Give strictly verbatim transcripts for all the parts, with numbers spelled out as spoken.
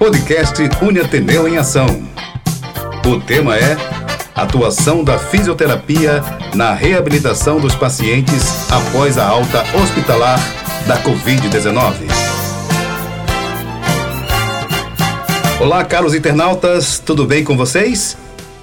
Podcast Uniateneu em Ação. O tema é Atuação da Fisioterapia na reabilitação dos pacientes após a alta hospitalar da covid dezenove. Olá, caros internautas, tudo bem com vocês?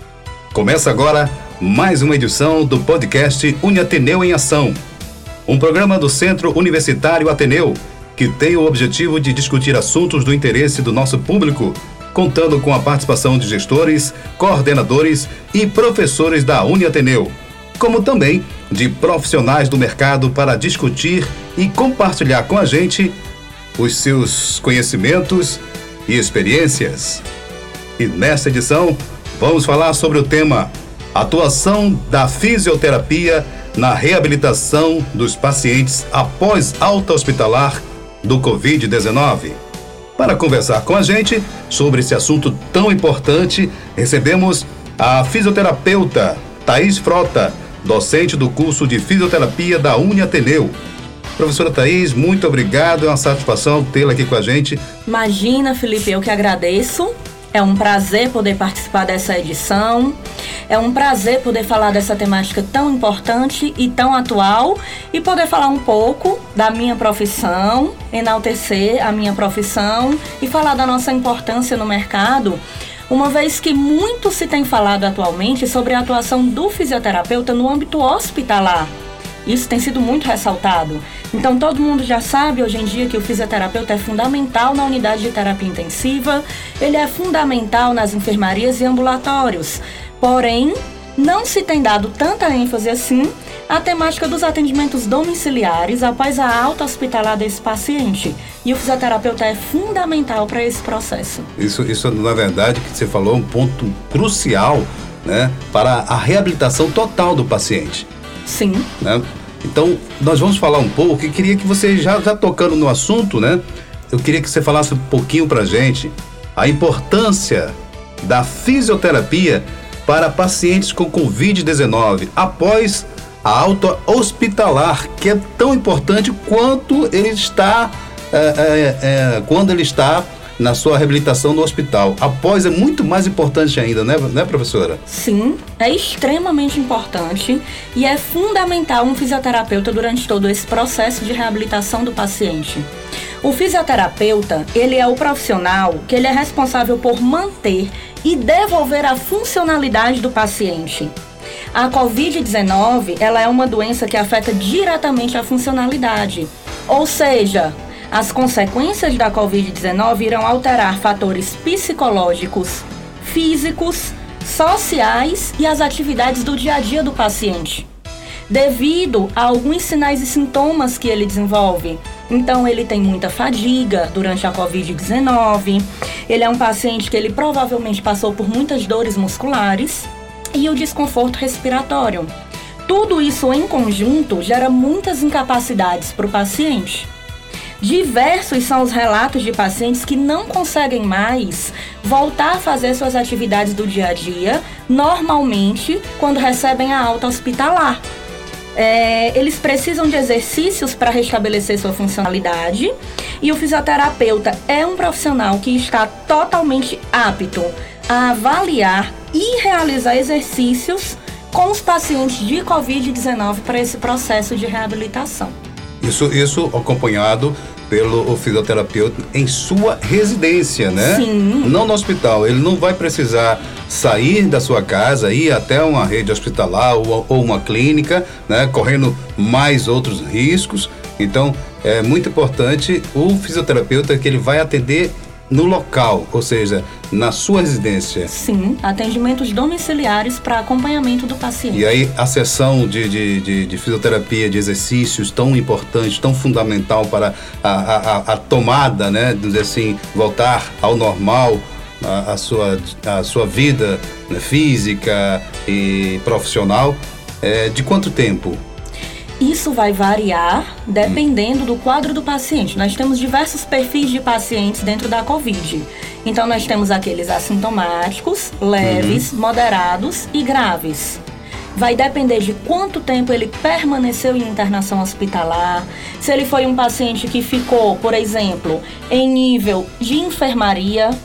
Começa agora mais uma edição do podcast Uniateneu em Ação, um programa do Centro Universitário Ateneu, que tem o objetivo de discutir assuntos do interesse do nosso público, contando com a participação de gestores, coordenadores e professores da Uniateneu, como também de profissionais do mercado para discutir e compartilhar com a gente os seus conhecimentos e experiências. E nesta edição, vamos falar sobre o tema Atuação da Fisioterapia na reabilitação dos pacientes após alta hospitalar do covid dezenove. Para conversar com a gente sobre esse assunto tão importante, recebemos a fisioterapeuta Thaís Frota, docente do curso de fisioterapia da Uniateneu. Professora Thaís, muito obrigado, é uma satisfação tê-la aqui com a gente. Imagina, Felipe, eu que agradeço. É um prazer poder participar dessa edição. É um prazer poder falar dessa temática tão importante e tão atual e poder falar um pouco da minha profissão, enaltecer a minha profissão e falar da nossa importância no mercado, uma vez que muito se tem falado atualmente sobre a atuação do fisioterapeuta no âmbito hospitalar. Isso tem sido muito ressaltado. Então, todo mundo já sabe hoje em dia que o fisioterapeuta é fundamental na unidade de terapia intensiva, ele é fundamental nas enfermarias e ambulatórios. Porém, não se tem dado tanta ênfase assim à temática dos atendimentos domiciliares após a alta hospitalar desse paciente. E o fisioterapeuta é fundamental para esse processo. Isso, isso, na verdade, que você falou, um ponto crucial, né, para a reabilitação total do paciente. Sim. Né? Então, nós vamos falar um pouco, e queria que você, já, já tocando no assunto, né, eu queria que você falasse um pouquinho para a gente a importância da fisioterapia para pacientes com covid dezenove após a alta hospitalar, que é tão importante quanto ele está, é, é, é, quando ele está na sua reabilitação no hospital. Após é muito mais importante ainda, né, né, professora? Sim, é extremamente importante e é fundamental um fisioterapeuta durante todo esse processo de reabilitação do paciente. O fisioterapeuta, ele é o profissional que ele é responsável por manter e devolver a funcionalidade do paciente. A covid dezenove, ela é uma doença que afeta diretamente a funcionalidade, ou seja, as consequências da covid dezenove irão alterar fatores psicológicos, físicos, sociais e as atividades do dia a dia do paciente, devido a alguns sinais e sintomas que ele desenvolve. Então, ele tem muita fadiga durante a covid dezenove, ele é um paciente que ele provavelmente passou por muitas dores musculares e o desconforto respiratório. Tudo isso em conjunto gera muitas incapacidades para o paciente. Diversos são os relatos de pacientes que não conseguem mais voltar a fazer suas atividades do dia a dia, normalmente quando recebem a alta hospitalar. É, eles precisam de exercícios para restabelecer sua funcionalidade e o fisioterapeuta é um profissional que está totalmente apto a avaliar e realizar exercícios com os pacientes de covid dezenove para esse processo de reabilitação. Isso, isso acompanhado pelo fisioterapeuta em sua residência, né? Sim. Não no hospital. Ele não vai precisar sair da sua casa, ir até uma rede hospitalar ou, ou uma clínica, né? Correndo mais outros riscos. Então, é muito importante o fisioterapeuta que ele vai atender no local, ou seja, na sua residência. Sim, atendimentos domiciliares para acompanhamento do paciente. E aí a sessão de, de, de, de fisioterapia, de exercícios tão importante, tão fundamental para a, a, a tomada, né, dizer assim, voltar ao normal, a, a, sua, a sua vida, né, física e profissional, é, de quanto tempo? Isso vai variar dependendo do quadro do paciente. Nós temos diversos perfis de pacientes dentro da COVID. Então, nós temos aqueles assintomáticos, leves, uhum. moderados e graves. Vai depender de quanto tempo ele permaneceu em internação hospitalar, se ele foi um paciente que ficou, por exemplo, em nível de enfermaria,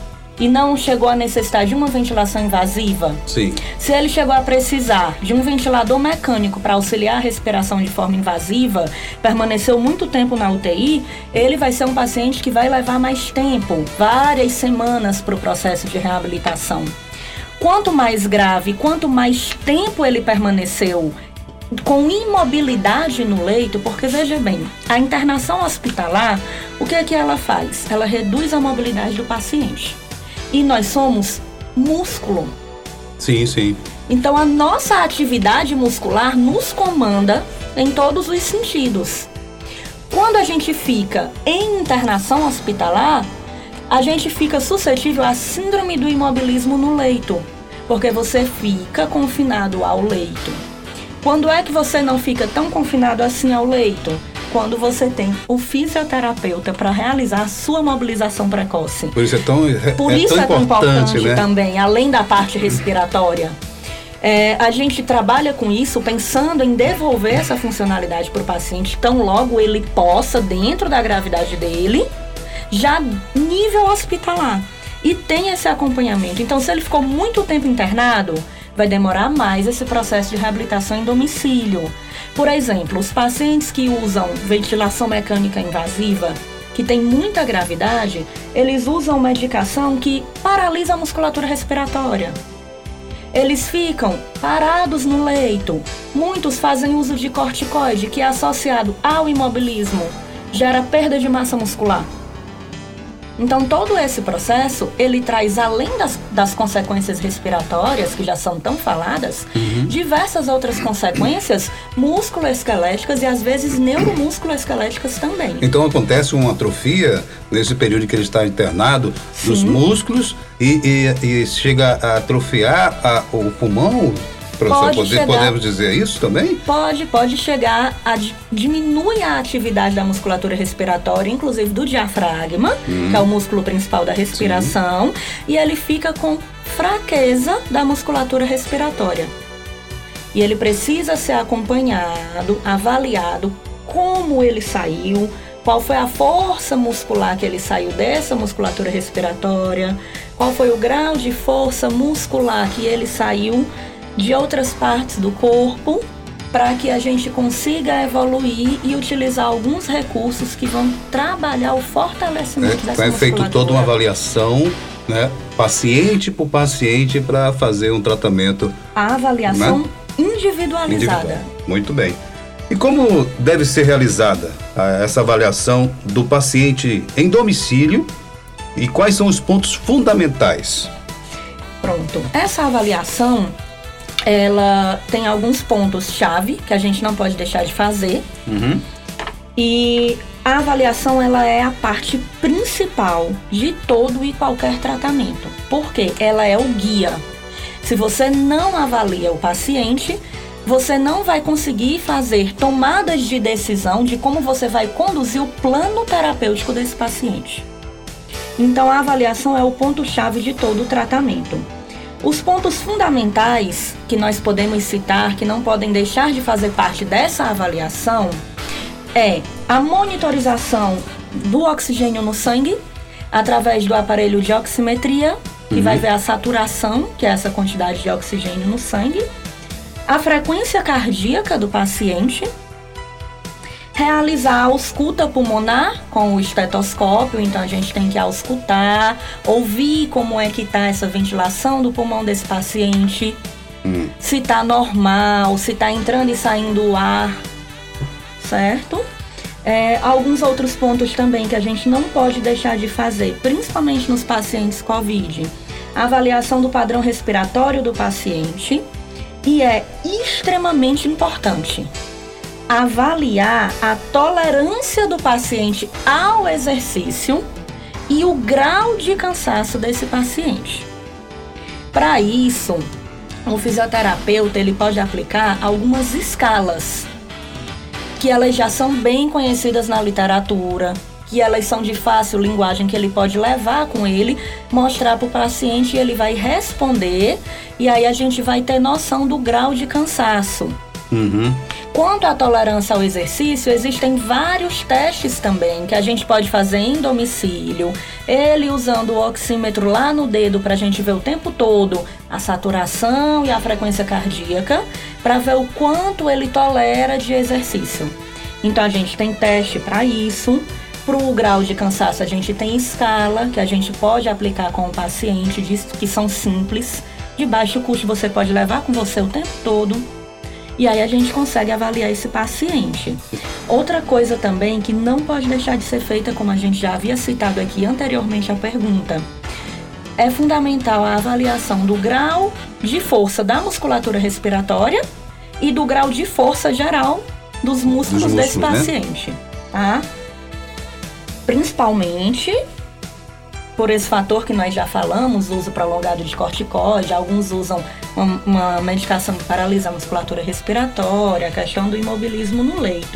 e não chegou a necessitar de uma ventilação invasiva, Sim. se ele chegou a precisar de um ventilador mecânico para auxiliar a respiração de forma invasiva, permaneceu muito tempo na U T I, ele vai ser um paciente que vai levar mais tempo, várias semanas para o processo de reabilitação. Quanto mais grave, quanto mais tempo ele permaneceu com imobilidade no leito, porque veja bem, a internação hospitalar, o que é que ela faz? Ela reduz a mobilidade do paciente. E nós somos músculo. Sim, sim. Então a nossa atividade muscular nos comanda em todos os sentidos. Quando a gente fica em internação hospitalar, a gente fica suscetível à síndrome do imobilismo no leito, porque você fica confinado ao leito. Quando é que você não fica tão confinado assim ao leito? Quando você tem o fisioterapeuta para realizar a sua mobilização precoce. Por isso é tão, é, Por é isso tão é tão importante, importante, né? também, além da parte respiratória. É, a gente trabalha com isso pensando em devolver essa funcionalidade para o paciente, tão logo ele possa, dentro da gravidade dele, já nível hospitalar. E tem esse acompanhamento. Então, se ele ficou muito tempo internado, vai demorar mais esse processo de reabilitação em domicílio. Por exemplo, os pacientes que usam ventilação mecânica invasiva, que tem muita gravidade, eles usam medicação que paralisa a musculatura respiratória. Eles ficam parados no leito. Muitos fazem uso de corticoide, que é associado ao imobilismo, gera perda de massa muscular. Então, todo esse processo, ele traz, além das, das consequências respiratórias, que já são tão faladas, uhum. diversas outras consequências músculo-esqueléticas e, às vezes, neuromusculo-esqueléticas também. Então, acontece uma atrofia nesse período que ele está internado Sim. dos músculos e, e, e chega a atrofiar a, o pulmão? Pode poder, chegar, podemos dizer isso também? Pode, pode chegar a diminui a atividade da musculatura respiratória, inclusive do diafragma, hum. que é o músculo principal da respiração, Sim. e ele fica com fraqueza da musculatura respiratória. E ele precisa ser acompanhado, avaliado como ele saiu, qual foi a força muscular que ele saiu dessa musculatura respiratória, qual foi o grau de força muscular que ele saiu de outras partes do corpo, para que a gente consiga evoluir e utilizar alguns recursos que vão trabalhar o fortalecimento é, dessa musculatura. É feito toda uma avaliação, né, paciente por paciente, para fazer um tratamento. A avaliação né? individualizada. Individual. Muito bem. E como deve ser realizada essa avaliação do paciente em domicílio e quais são os pontos fundamentais? Pronto. Essa avaliação, ela tem alguns pontos-chave que a gente não pode deixar de fazer. Uhum. E a avaliação, ela é a parte principal de todo e qualquer tratamento. Porque ela é o guia. Se você não avalia o paciente, você não vai conseguir fazer tomadas de decisão de como você vai conduzir o plano terapêutico desse paciente. Então, a avaliação é o ponto-chave de todo o tratamento. Os pontos fundamentais que nós podemos citar, que não podem deixar de fazer parte dessa avaliação, é a monitorização do oxigênio no sangue, através do aparelho de oximetria, que uhum. vai ver a saturação, que é essa quantidade de oxigênio no sangue, a frequência cardíaca do paciente, realizar a ausculta pulmonar com o estetoscópio, então a gente tem que auscultar, ouvir como é que está essa ventilação do pulmão desse paciente, hum. se está normal, se está entrando e saindo o ar, certo? É, alguns outros pontos também que a gente não pode deixar de fazer, principalmente nos pacientes COVID, a avaliação do padrão respiratório do paciente, e é extremamente importante avaliar a tolerância do paciente ao exercício e o grau de cansaço desse paciente. Para isso, o fisioterapeuta ele pode aplicar algumas escalas, que elas já são bem conhecidas na literatura, que elas são de fácil linguagem, que ele pode levar com ele, mostrar para o paciente e ele vai responder, e aí a gente vai ter noção do grau de cansaço. Uhum. Quanto à tolerância ao exercício, existem vários testes também que a gente pode fazer em domicílio. Ele usando o oxímetro lá no dedo para a gente ver o tempo todo a saturação e a frequência cardíaca, para ver o quanto ele tolera de exercício. Então a gente tem teste para isso. Para o grau de cansaço a gente tem escala que a gente pode aplicar com o paciente, que são simples, de baixo custo, você pode levar com você o tempo todo. E aí a gente consegue avaliar esse paciente. Outra coisa também que não pode deixar de ser feita, como a gente já havia citado aqui anteriormente a pergunta, é fundamental a avaliação do grau de força da musculatura respiratória e do grau de força geral dos músculos, músculos desse paciente, né? Tá? Principalmente por esse fator que nós já falamos, uso prolongado de corticoide, alguns usam uma, uma medicação que paralisa a musculatura respiratória, a questão do imobilismo no leito.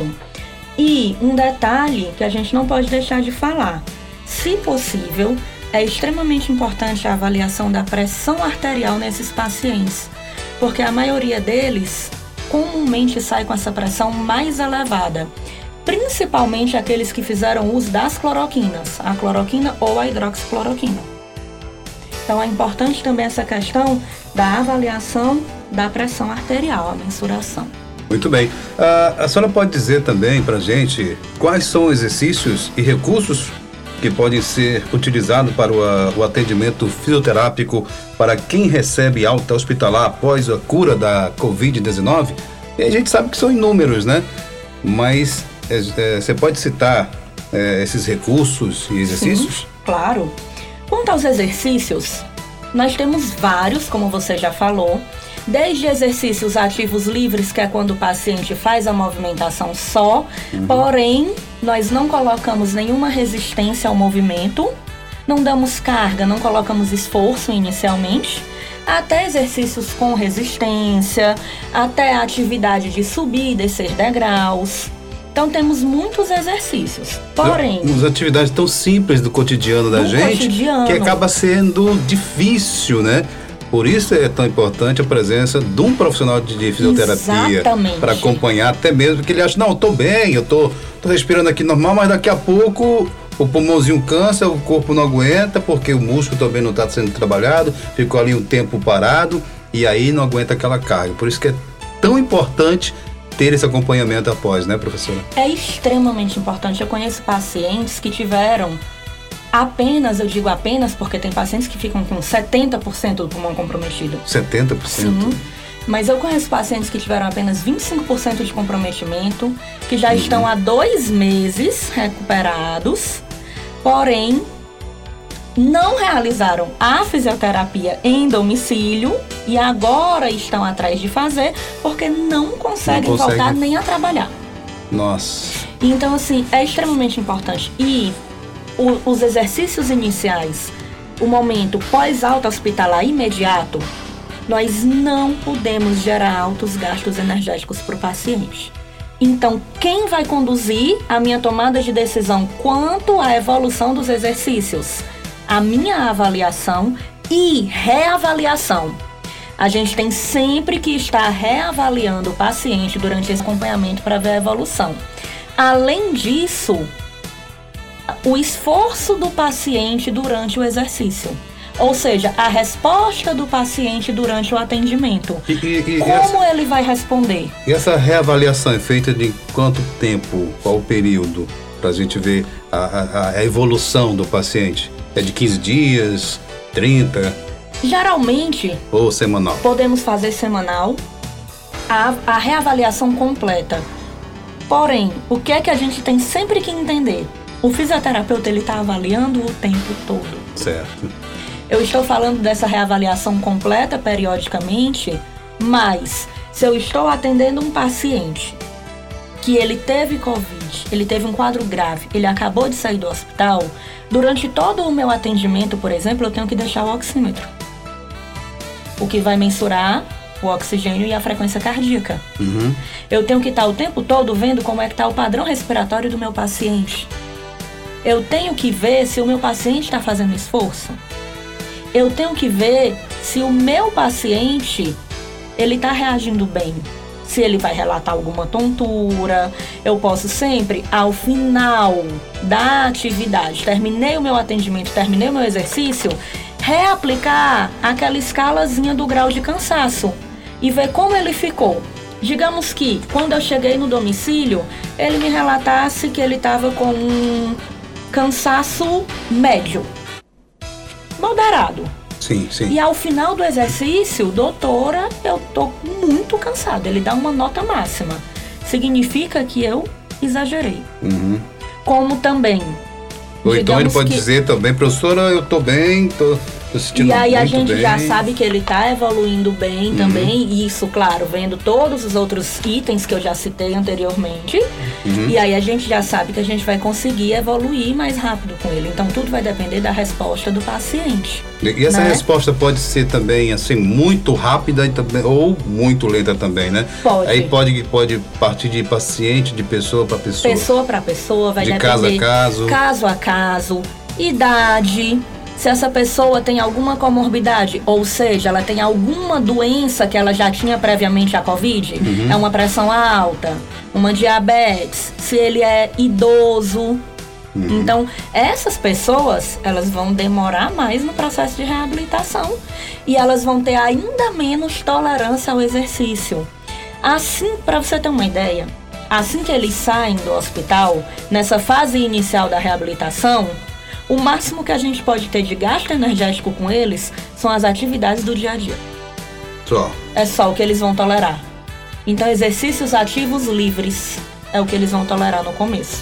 E um detalhe que a gente não pode deixar de falar, se possível, é extremamente importante a avaliação da pressão arterial nesses pacientes, porque a maioria deles comumente sai com essa pressão mais elevada, principalmente aqueles que fizeram uso das cloroquinas, a cloroquina ou a hidroxicloroquina. Então é importante também essa questão da avaliação da pressão arterial, a mensuração. Muito bem. Uh, a senhora pode dizer também para a gente quais são os exercícios e recursos que podem ser utilizados para o, o atendimento fisioterápico para quem recebe alta hospitalar após a cura da covid dezenove? E a gente sabe que são inúmeros, né? Mas é, você pode citar é, esses recursos e exercícios? Sim, claro. Quanto aos exercícios, nós temos vários, como você já falou, desde exercícios ativos livres, que é quando o paciente faz a movimentação só, uhum. porém, nós não colocamos nenhuma resistência ao movimento, não damos carga, não colocamos esforço inicialmente, até exercícios com resistência, até a atividade de subir e descer degraus. Então temos muitos exercícios, porém... As atividades tão simples do cotidiano da do gente, cotidiano. que acaba sendo difícil, né? Por isso é tão importante a presença de um profissional de fisioterapia para acompanhar, até mesmo que ele acha, não, eu tô bem, eu tô, tô respirando aqui normal, mas daqui a pouco o pulmãozinho cansa, o corpo não aguenta, porque o músculo também não está sendo trabalhado, ficou ali um tempo parado e aí não aguenta aquela carga. Por isso que é tão importante ter esse acompanhamento após, né, professora? É extremamente importante. Eu conheço pacientes que tiveram apenas, eu digo apenas, porque tem pacientes que ficam com setenta por cento do pulmão comprometido. setenta por cento? Sim. Mas eu conheço pacientes que tiveram apenas vinte e cinco por cento de comprometimento, que já uhum. estão há dois meses recuperados, porém não realizaram a fisioterapia em domicílio e agora estão atrás de fazer porque não conseguem, não conseguem. voltar nem a trabalhar. Nossa. Então, assim, é extremamente importante. E o, os exercícios iniciais, o momento pós-alta hospitalar imediato, nós não podemos gerar altos gastos energéticos para o paciente. Então, quem vai conduzir a minha tomada de decisão quanto à evolução dos exercícios? A minha avaliação e reavaliação. A gente tem sempre que estar reavaliando o paciente durante esse acompanhamento para ver a evolução. Além disso, o esforço do paciente durante o exercício. Ou seja, a resposta do paciente durante o atendimento. E, e, e Como essa, ele vai responder? E essa reavaliação é feita de quanto tempo, qual o período, para a gente ver a, a, a evolução do paciente? É de quinze dias, trinta? Geralmente... Ou semanal? Podemos fazer semanal, a, a reavaliação completa. Porém, o que é que a gente tem sempre que entender? O fisioterapeuta, ele está avaliando o tempo todo. Certo. Eu estou falando dessa reavaliação completa periodicamente, mas se eu estou atendendo um paciente que ele teve Covid, ele teve um quadro grave, ele acabou de sair do hospital, durante todo o meu atendimento, por exemplo, eu tenho que deixar o oxímetro, o que vai mensurar o oxigênio e a frequência cardíaca. Uhum. Eu tenho que estar o tempo todo vendo como é que está o padrão respiratório do meu paciente. Eu tenho que ver se o meu paciente está fazendo esforço. Eu tenho que ver se o meu paciente ele está reagindo bem. Se se ele vai relatar alguma tontura. Eu posso sempre, ao final da atividade, terminei o meu atendimento, terminei o meu exercício, reaplicar aquela escalazinha do grau de cansaço e ver como ele ficou. Digamos que, quando eu cheguei no domicílio, ele me relatasse que ele estava com um cansaço médio, moderado. Sim, sim. E ao final do exercício, doutora, eu tô muito cansada. Ele dá uma nota máxima. Significa que eu exagerei. Uhum. Como também... Ou então ele pode que... dizer também, professora, eu tô bem, tô, tô sentindo muito bem. E aí a gente bem. já sabe que ele tá evoluindo bem uhum. também. E isso, claro, vendo todos os outros itens que eu já citei anteriormente. Uhum. E aí a gente já sabe que a gente vai conseguir evoluir mais rápido com ele. Então tudo vai depender da resposta do paciente. E essa né? resposta pode ser também assim muito rápida e também, ou muito lenta também, né? Pode. Aí pode, pode partir de paciente, de pessoa para pessoa. Pessoa para pessoa, vai de depender. De caso a caso. Caso a caso, idade, se essa pessoa tem alguma comorbidade, ou seja, ela tem alguma doença que ela já tinha previamente a Covid, uhum. é uma pressão alta, uma diabetes, se ele é idoso. Uhum. Então, essas pessoas, elas vão demorar mais no processo de reabilitação e elas vão ter ainda menos tolerância ao exercício. Assim, para você ter uma ideia, assim que eles saem do hospital, nessa fase inicial da reabilitação, o máximo que a gente pode ter de gasto energético com eles são as atividades do dia a dia. Só. É só o que eles vão tolerar. Então, exercícios ativos livres é o que eles vão tolerar no começo.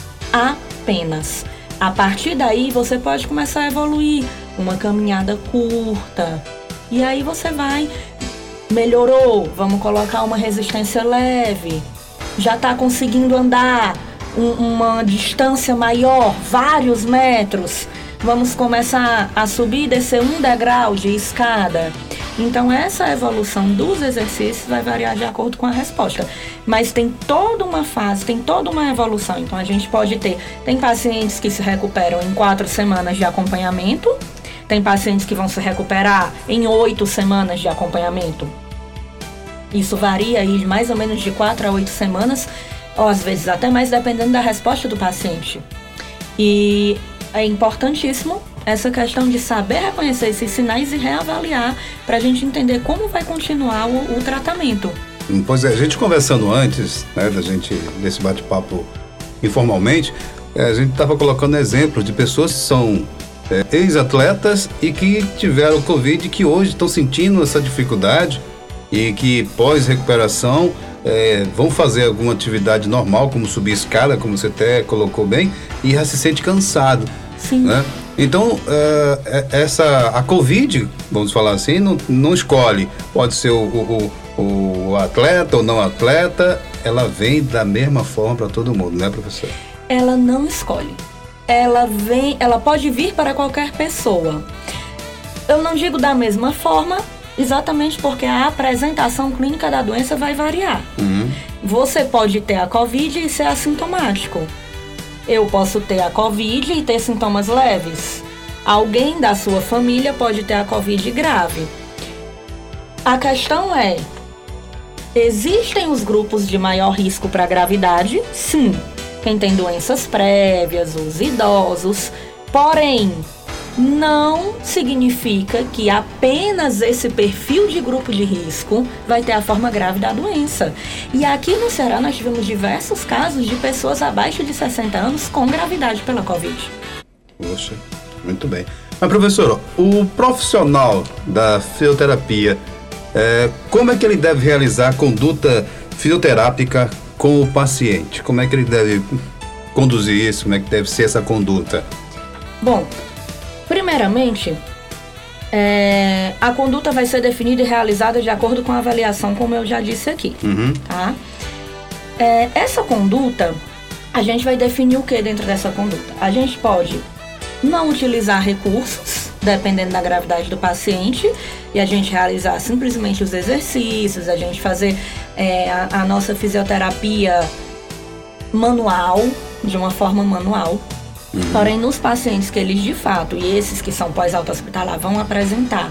Apenas. A partir daí, você pode começar a evoluir. Uma caminhada curta. E aí você vai... Melhorou, vamos colocar uma resistência leve. Já está conseguindo andar um, uma distância maior, vários metros. Vamos começar a subir e descer um degrau de escada. Então, essa evolução dos exercícios vai variar de acordo com a resposta. Mas tem toda uma fase, tem toda uma evolução. Então, a gente pode ter... Tem pacientes que se recuperam em quatro semanas de acompanhamento. Tem pacientes que vão se recuperar em oito semanas de acompanhamento. Isso varia aí de mais ou menos de quatro a oito semanas, ou às vezes até mais, dependendo da resposta do paciente. E é importantíssimo essa questão de saber reconhecer esses sinais e reavaliar para a gente entender como vai continuar o, o tratamento. Pois é, a gente conversando antes, né, da gente, desse bate-papo informalmente, a gente estava colocando exemplos de pessoas que são é, ex-atletas e que tiveram Covid, que hoje estão sentindo essa dificuldade e que pós-recuperação é, vão fazer alguma atividade normal, como subir escada, como você até colocou bem, e já se sente cansado. Sim. Né? Então, é, essa, a Covid, vamos falar assim, não, não escolhe. Pode ser o, o, o atleta ou não atleta, ela vem da mesma forma para todo mundo, né, professor? Ela não escolhe. Ela vem, ela pode vir para qualquer pessoa. Eu não digo da mesma forma, exatamente porque a apresentação clínica da doença vai variar. Uhum. Você pode ter a Covid e ser assintomático. Eu posso ter a Covid e ter sintomas leves. Alguém da sua família pode ter a Covid grave. A questão é, existem os grupos de maior risco para gravidade? Sim. Quem tem doenças prévias, os idosos. Porém, não significa que apenas esse perfil de grupo de risco vai ter a forma grave da doença. E aqui no Ceará nós tivemos diversos casos de pessoas abaixo de sessenta anos com gravidade pela Covid. Poxa, muito bem. Mas, professor, o profissional da fisioterapia, é, como é que ele deve realizar a conduta fisioterápica com o paciente? Como é que ele deve conduzir isso? Como é que deve ser essa conduta? Bom, primeiramente, é, a conduta vai ser definida e realizada de acordo com a avaliação, como eu já disse aqui. Uhum. Tá? É, essa conduta, a gente vai definir o que dentro dessa conduta? A gente pode não utilizar recursos, dependendo da gravidade do paciente, e a gente realizar simplesmente os exercícios, a gente fazer é, a, a nossa fisioterapia manual, de uma forma manual. Uhum. Porém, nos pacientes que eles de fato, e esses que são pós-alta hospitalar, vão apresentar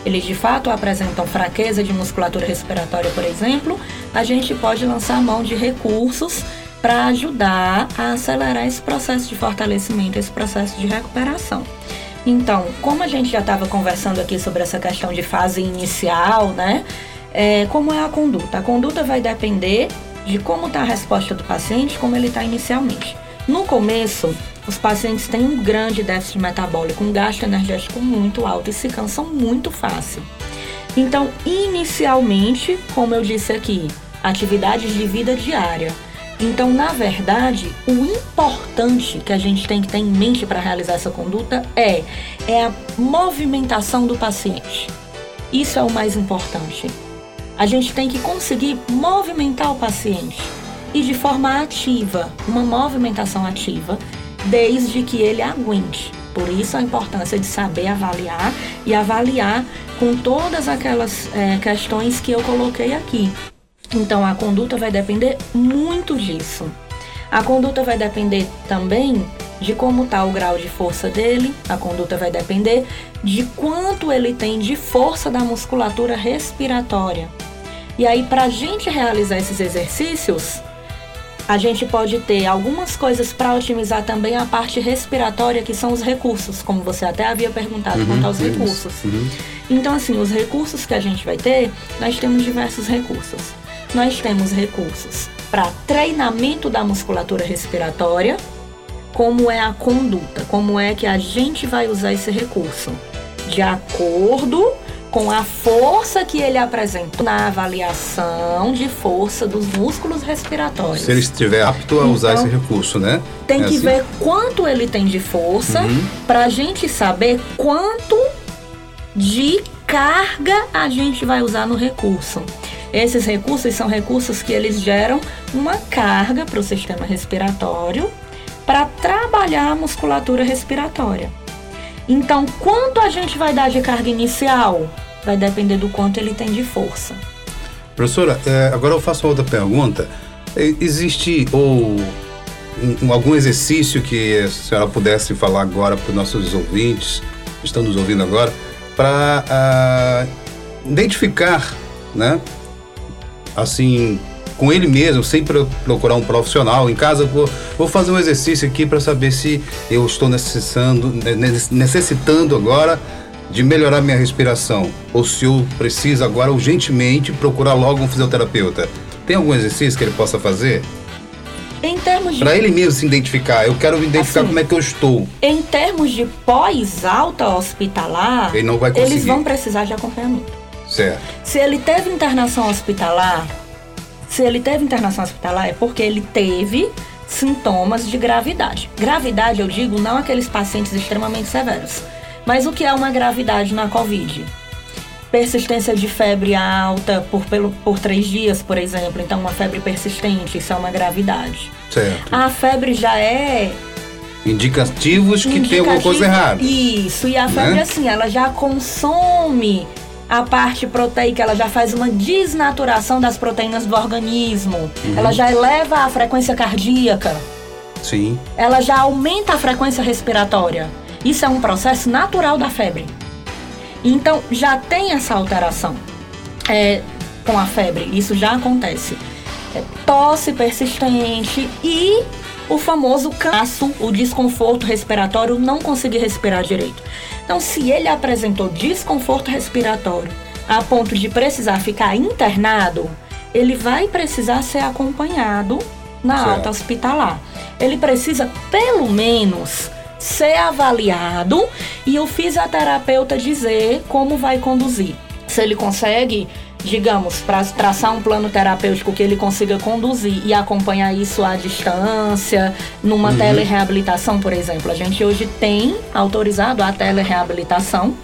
eles de fato apresentam fraqueza de musculatura respiratória, por exemplo, a gente pode lançar mão de recursos para ajudar a acelerar esse processo de fortalecimento, esse processo de recuperação. Então, como a gente já estava conversando aqui sobre essa questão de fase inicial, né? É, como é a conduta? A conduta vai depender de como está a resposta do paciente, como ele está inicialmente. No começo, os pacientes têm um grande déficit metabólico, um gasto energético muito alto e se cansam muito fácil. Então, inicialmente, como eu disse aqui, atividades de vida diária. Então, na verdade, o importante que a gente tem que ter em mente para realizar essa conduta é, é a movimentação do paciente. Isso é o mais importante. A gente tem que conseguir movimentar o paciente e de forma ativa, uma movimentação ativa, desde que ele aguente. Por isso a importância de saber avaliar e avaliar com todas aquelas é, questões que eu coloquei aqui. Então a conduta vai depender muito disso. A conduta vai depender também de como está o grau de força dele, a conduta vai depender de quanto ele tem de força da musculatura respiratória. E aí, para a gente realizar esses exercícios, a gente pode ter algumas coisas para otimizar também a parte respiratória, que são os recursos, como você até havia perguntado uhum, quanto aos isso. recursos. Uhum. Então, assim, os recursos que a gente vai ter, nós temos diversos recursos. Nós temos recursos para treinamento da musculatura respiratória, como é a conduta, como é que a gente vai usar esse recurso, de acordo com a força que ele apresenta na avaliação de força dos músculos respiratórios. Se ele estiver apto a usar então, esse recurso, né? Tem é que assim? ver quanto ele tem de força uhum. para a gente saber quanto de carga a gente vai usar no recurso. Esses recursos são recursos que eles geram uma carga para o sistema respiratório para trabalhar a musculatura respiratória. Então, quanto a gente vai dar de carga inicial? Vai depender do quanto ele tem de força. Professora, é, agora eu faço outra pergunta. Existe ou um, algum exercício que a senhora pudesse falar agora para os nossos ouvintes, que estão nos ouvindo agora, para uh, identificar, né, assim, com ele mesmo, sem procurar um profissional em casa, vou, vou fazer um exercício aqui para saber se eu estou necessitando, necessitando agora de melhorar minha respiração, ou se eu preciso agora urgentemente procurar logo um fisioterapeuta. Tem algum exercício que ele possa fazer? Em termos de... Para ele mesmo se identificar, eu quero identificar assim, como é que eu estou. Em termos de pós-alta hospitalar, ele não vai conseguir. Eles vão precisar de acompanhamento. Certo. Se ele teve internação hospitalar, se ele teve internação hospitalar é porque ele teve sintomas de gravidade. Gravidade, eu digo, não aqueles pacientes extremamente severos. Mas o que é uma gravidade na Covid? Persistência de febre alta por, pelo, por três dias, por exemplo. Então, uma febre persistente, isso é uma gravidade. Certo. A febre já é... Indicativos que Indicativo, tem alguma coisa errada. Isso, e a febre, né? Assim, ela já consome a parte proteica, ela já faz uma desnaturação das proteínas do organismo. Uhum. Ela já eleva a frequência cardíaca. Sim. Ela já aumenta a frequência respiratória. Isso é um processo natural da febre. Então, já tem essa alteração é, com a febre. Isso já acontece. É, tosse persistente e o famoso cansaço, o desconforto respiratório, não conseguir respirar direito. Então, se ele apresentou desconforto respiratório a ponto de precisar ficar internado, ele vai precisar ser acompanhado na certo. Alta hospitalar. Ele precisa, pelo menos, ser avaliado e o fisioterapeuta dizer como vai conduzir. Se ele consegue, digamos, para traçar um plano terapêutico que ele consiga conduzir e acompanhar isso à distância, numa uhum. telereabilitação, por exemplo. A gente hoje tem autorizado a telereabilitação,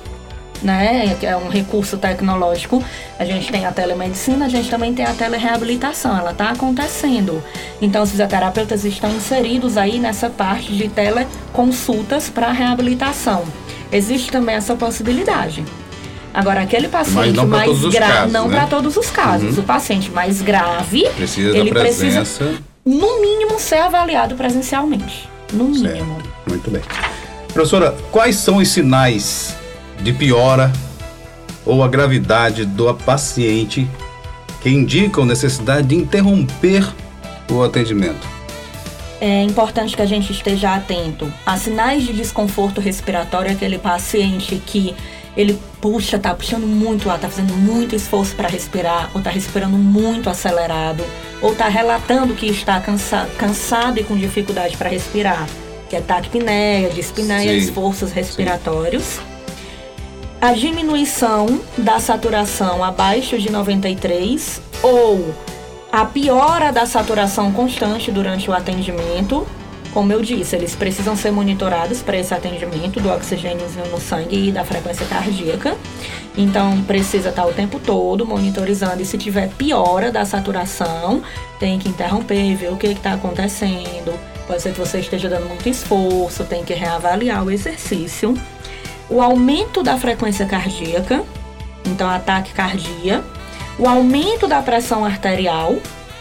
né, que é um recurso tecnológico. A gente tem a telemedicina, a gente também tem a telereabilitação, ela está acontecendo. Então, os fisioterapeutas estão inseridos aí nessa parte de teleconsultas para reabilitação. Existe também essa possibilidade. Agora, aquele paciente mais grave, não para todos os casos, uhum. o paciente mais grave, precisa ele da presença. Precisa, no mínimo, ser avaliado presencialmente. No mínimo. Certo. Muito bem. Professora, quais são os sinais de piora ou a gravidade do paciente que indicam necessidade de interromper o atendimento? É importante que a gente esteja atento a sinais de desconforto respiratório, aquele paciente que ele puxa, tá puxando muito ar, tá fazendo muito esforço para respirar, ou tá respirando muito acelerado, ou tá relatando que está cansa, cansado e com dificuldade para respirar, que é taquipneia, dispneia, esforços respiratórios. Sim. A diminuição da saturação abaixo de noventa e três ou a piora da saturação constante durante o atendimento. Como eu disse, eles precisam ser monitorados para esse atendimento do oxigêniozinho no sangue e da frequência cardíaca. Então, precisa estar o tempo todo monitorizando. E se tiver piora da saturação, tem que interromper, ver o que está acontecendo. Pode ser que você esteja dando muito esforço, tem que reavaliar o exercício. O aumento da frequência cardíaca, então ataque cardíaco, o aumento da pressão arterial,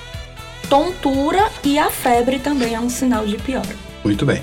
tontura e a febre também é um sinal de piora. Muito bem.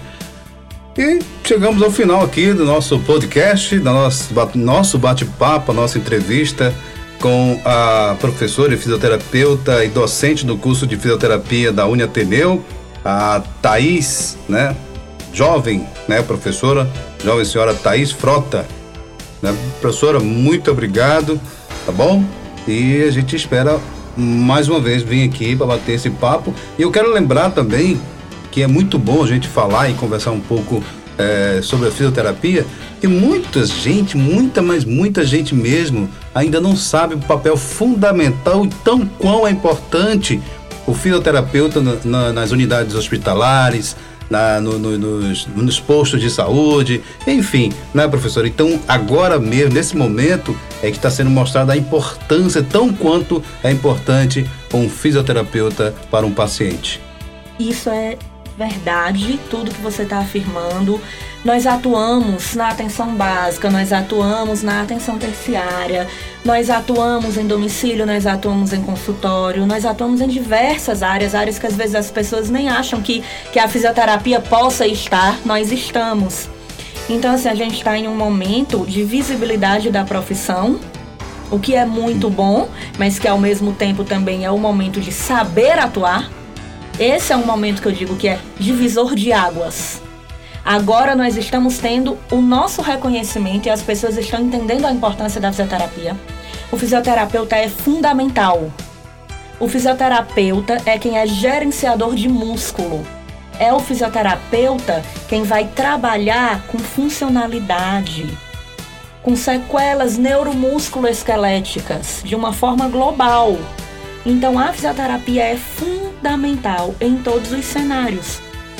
E chegamos ao final aqui do nosso podcast, do nosso, nosso bate-papo, a nossa entrevista com a professora e fisioterapeuta e docente do curso de fisioterapia da Uniateneu, a Thaís, né? Jovem, né, professora, jovem senhora Thaís Frota. Né? Professora, muito obrigado, tá bom? E a gente espera mais uma vez vir aqui para bater esse papo. E eu quero lembrar também que é muito bom a gente falar e conversar um pouco é, sobre a fisioterapia, que muita gente, muita, mas muita gente mesmo, ainda não sabe o papel fundamental e tão quão é importante o fisioterapeuta na, na, nas unidades hospitalares, Na, no, no, nos, nos postos de saúde, enfim, né, professor? Então, agora mesmo, nesse momento, é que está sendo mostrada a importância, tão quanto é importante um fisioterapeuta para um paciente. Isso é verdade, tudo que você está afirmando. Nós atuamos na atenção básica, nós atuamos na atenção terciária, nós atuamos em domicílio, nós atuamos em consultório, nós atuamos em diversas áreas, áreas que às vezes as pessoas nem acham que, que a fisioterapia possa estar, nós estamos. Então, assim, a gente está em um momento de visibilidade da profissão, o que é muito bom, mas que ao mesmo tempo também é o momento de saber atuar. Esse é um momento que eu digo que é divisor de águas. Agora nós estamos tendo o nosso reconhecimento e as pessoas estão entendendo a importância da fisioterapia. O fisioterapeuta é fundamental. O fisioterapeuta é quem é gerenciador de músculo. É o fisioterapeuta quem vai trabalhar com funcionalidade, com sequelas neuromúsculo-esqueléticas, de uma forma global. Então, a fisioterapia é fundamental em todos os cenários.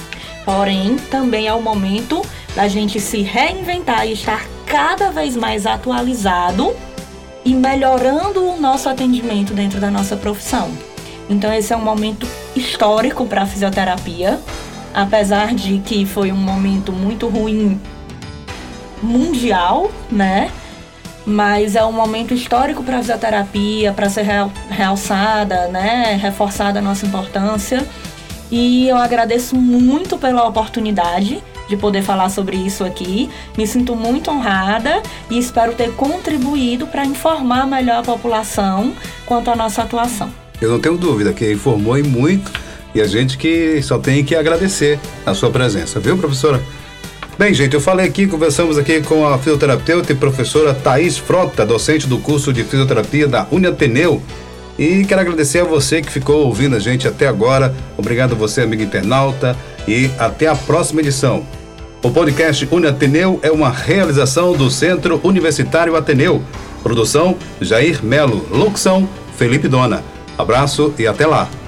Porém, também é o momento da gente se reinventar e estar cada vez mais atualizado e melhorando o nosso atendimento dentro da nossa profissão. Então, esse é um momento histórico para a fisioterapia, apesar de que foi um momento muito ruim mundial, né? Mas é um momento histórico para a fisioterapia, para ser realçada, né? Reforçada a nossa importância. E eu agradeço muito pela oportunidade de poder falar sobre isso aqui. Me sinto muito honrada e espero ter contribuído para informar melhor a população quanto à nossa atuação. Eu não tenho dúvida que informou e muito, e a gente que só tem que agradecer a sua presença, viu, professora? Bem, gente, eu falei aqui, conversamos aqui com a fisioterapeuta e professora Thaís Frota, docente do curso de fisioterapia da Uniateneu. E quero agradecer a você que ficou ouvindo a gente até agora. Obrigado a você, amigo internauta, e até a próxima edição. O podcast Uniateneu é uma realização do Centro Universitário Ateneu. Produção Jair Melo, locução Felipe Dona. Abraço e até lá.